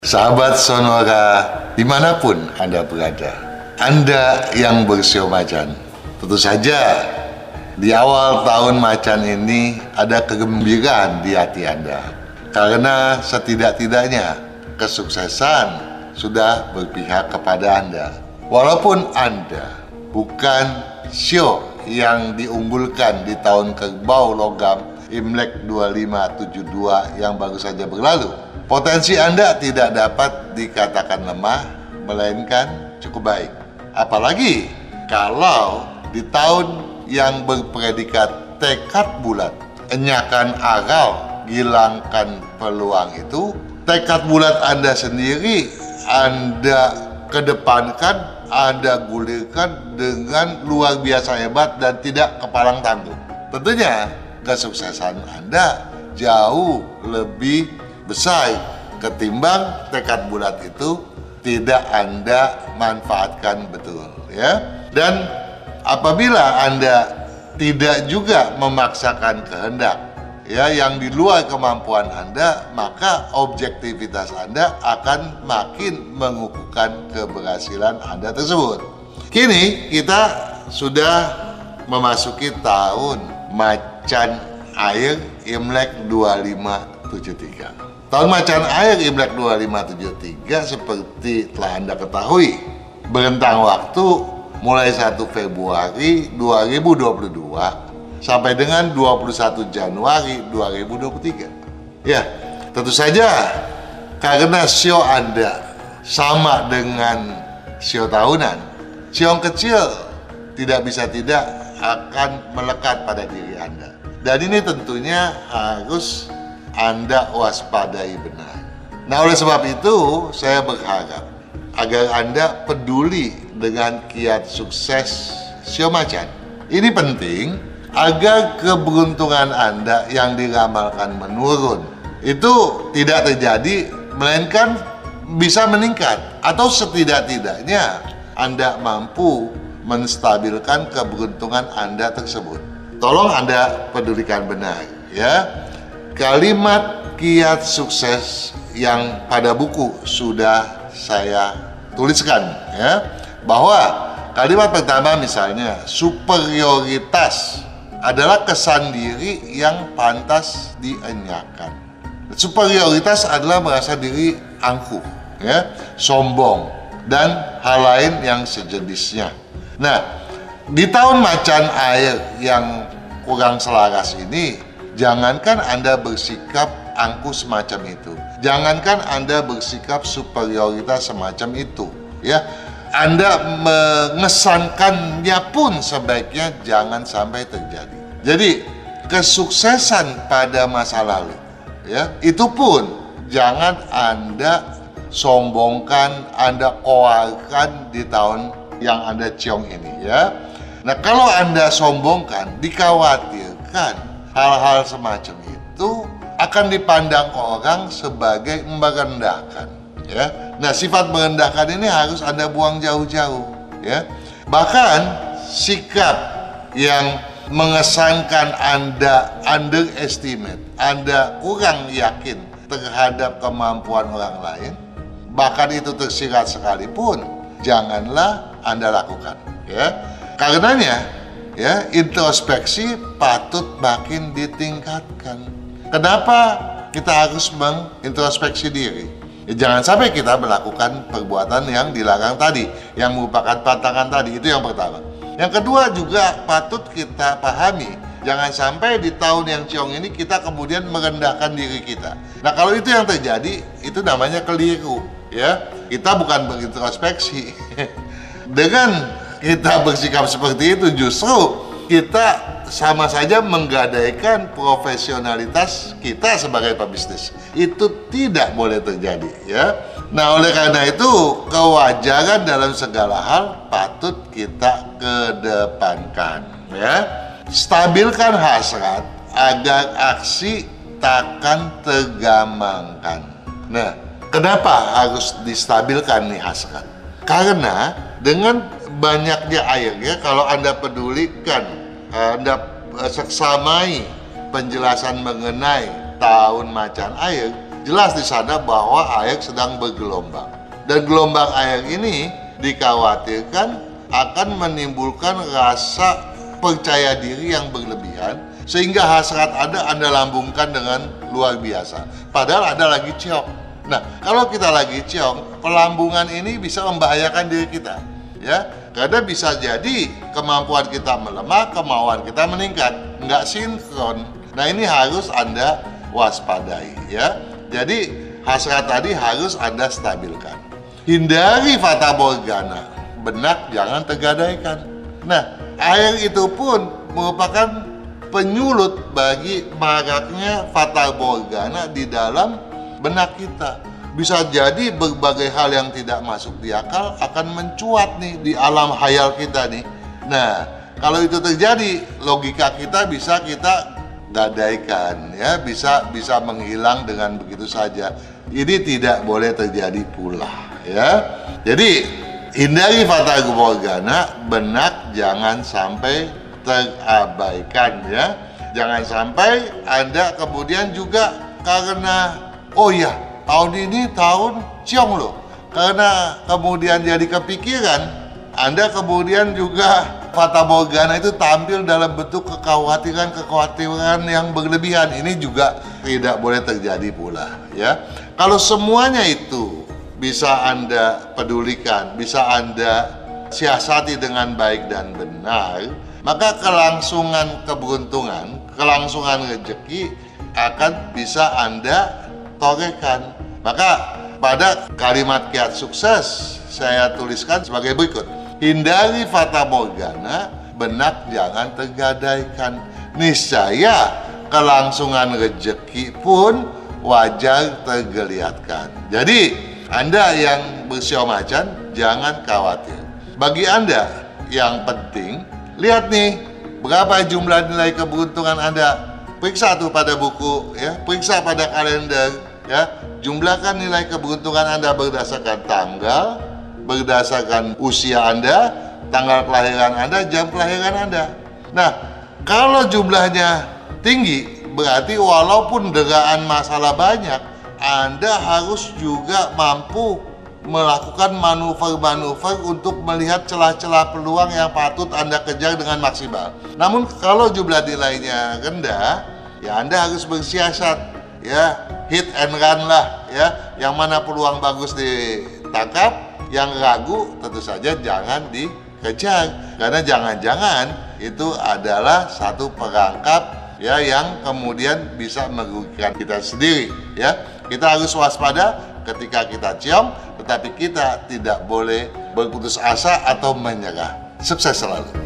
Sahabat Sonora, dimanapun Anda berada, Anda yang bersio macan, tentu saja di awal tahun macan ini ada kegembiraan di hati Anda, karena setidak-tidaknya kesuksesan sudah berpihak kepada Anda. Walaupun Anda bukan sio yang diunggulkan di tahun kerbau logam Imlek 2572 yang baru saja berlalu, potensi Anda tidak dapat dikatakan lemah, melainkan cukup baik. Apalagi kalau di tahun yang berpredikat tekad bulat, enyakan akal, hilangkan peluang itu, tekad bulat Anda sendiri Anda kedepankan, Anda gulirkan dengan luar biasa hebat dan tidak kepalang tanggung. Tentunya kesuksesan Anda jauh lebih besar ketimbang tekad bulat itu tidak Anda manfaatkan betul, ya. Dan apabila Anda tidak juga memaksakan kehendak, ya, yang di luar kemampuan Anda, maka objektivitas Anda akan makin mengukuhkan keberhasilan Anda tersebut. Kini kita sudah memasuki tahun macan air Imlek 2573. Tahun macan air Imlek 2573 seperti telah Anda ketahui, berentang waktu mulai 1 Februari 2022 sampai dengan 21 Januari 2023. Ya, tentu saja karena sio Anda sama dengan sio tahunan, sio kecil tidak bisa tidak akan melekat pada diri Anda. Dan ini tentunya harus Anda waspadai benar. Nah, oleh sebab itu saya berharap agar Anda peduli dengan kiat sukses sio macan. Ini penting agar keberuntungan Anda yang diramalkan menurun itu tidak terjadi, melainkan bisa meningkat, atau setidak-tidaknya Anda mampu menstabilkan keberuntungan Anda tersebut. Tolong Anda pedulikan benar, ya. Kalimat kiat sukses yang pada buku sudah saya tuliskan, ya, bahwa kalimat pertama misalnya superioritas adalah kesan diri yang pantas dienyakan. Superioritas adalah merasa diri angkuh, ya, sombong, dan hal lain yang sejenisnya. Nah, di tahun macan air yang kurang selaras ini, jangankan Anda bersikap angkuh semacam itu, jangankan Anda bersikap superioritas semacam itu, ya, Anda mengesankannya pun sebaiknya jangan sampai terjadi. Jadi kesuksesan pada masa lalu, ya, itu pun jangan Anda sombongkan, Anda koarkan di tahun yang Anda ciong ini, ya. Nah, kalau Anda sombongkan, dikhawatirkan hal-hal semacam itu akan dipandang orang sebagai merendahkan, ya. Nah, sifat merendahkan ini harus Anda buang jauh-jauh, ya. Bahkan sikap yang mengesankan Anda underestimate, Anda kurang yakin terhadap kemampuan orang lain, bahkan itu tersirat sekalipun, janganlah Anda lakukan, ya. Karenanya, ya, introspeksi patut makin ditingkatkan. Kenapa kita harus mengintrospeksi diri? Ya, jangan sampai kita melakukan perbuatan yang dilarang tadi, yang merupakan pantangan tadi. Itu yang pertama. Yang kedua juga patut kita pahami, jangan sampai di tahun yang ciong ini kita kemudian merendahkan diri kita. Nah, kalau itu yang terjadi, itu namanya keliru, ya. Kita bukan berintrospeksi. Dengan kita bersikap seperti itu, justru kita sama saja menggadaikan profesionalitas kita sebagai pebisnis. Itu tidak boleh terjadi, ya. Nah, oleh karena itu, kewajaran dalam segala hal patut kita kedepankan, ya. Stabilkan hasrat agar aksi takkan tergampangkan. Nah, kenapa harus distabilkan nih hasrat? Karena dengan banyaknya air, ya, kalau Anda pedulikan, Anda seksamai penjelasan mengenai tahun macan air, jelas di sana bahwa air sedang bergelombang. Dan gelombang air ini dikhawatirkan akan menimbulkan rasa percaya diri yang berlebihan, sehingga hasrat Anda lambungkan dengan luar biasa. Padahal Anda lagi ciong. Nah, kalau kita lagi ciong, pelambungan ini bisa membahayakan diri kita. Ya, karena bisa jadi kemampuan kita melemah, kemauan kita meningkat, nggak sinkron. Nah, ini harus Anda waspadai, ya. Jadi hasrat tadi harus Anda stabilkan. Hindari fata morgana, benak jangan tergadaikan. Nah, air itu pun merupakan penyulut bagi maraknya fata morgana di dalam benak kita. Bisa jadi berbagai hal yang tidak masuk di akal akan mencuat nih di alam hayal kita nih. Nah, kalau itu terjadi, logika kita bisa kita gadaikan, ya, bisa menghilang dengan begitu saja. Ini tidak boleh terjadi pula, ya. Jadi hindari fata morgana, benak jangan sampai terabaikan, ya. Jangan sampai Anda kemudian juga karena oh ya, tahun ini tahun ciong loh, karena kemudian jadi kepikiran, Anda kemudian juga fata morgana itu tampil dalam bentuk kekhawatiran yang berlebihan. Ini juga tidak boleh terjadi pula, ya. Kalau semuanya itu bisa Anda pedulikan, bisa Anda siasati dengan baik dan benar, maka kelangsungan keberuntungan, kelangsungan rezeki akan bisa Anda torehkan. Maka pada kalimat kiat sukses saya tuliskan sebagai berikut: hindari fata morgana, benak jangan tergadaikan. Niscaya kelangsungan rezeki pun wajar tergeliatkan. Jadi Anda yang bersio macan jangan khawatir. Bagi Anda yang penting, lihat nih berapa jumlah nilai keberuntungan Anda. Periksa tuh pada buku, ya, periksa pada kalender, ya. Jumlahkan nilai keberuntungan Anda berdasarkan tanggal, berdasarkan usia Anda, tanggal kelahiran Anda, jam kelahiran Anda. Nah, kalau jumlahnya tinggi, berarti walaupun deraan masalah banyak, Anda harus juga mampu melakukan manuver-manuver untuk melihat celah-celah peluang yang patut Anda kejar dengan maksimal. Namun kalau jumlah nilainya rendah, ya Anda harus bersiasat, ya, hit and run lah, ya. Yang mana peluang bagus ditangkap, yang ragu tentu saja jangan dikejar, karena jangan-jangan itu adalah satu perangkap, ya, yang kemudian bisa merugikan kita sendiri, ya. Kita harus waspada ketika kita ciong, tetapi kita tidak boleh berputus asa atau menyerah. Sukses selalu.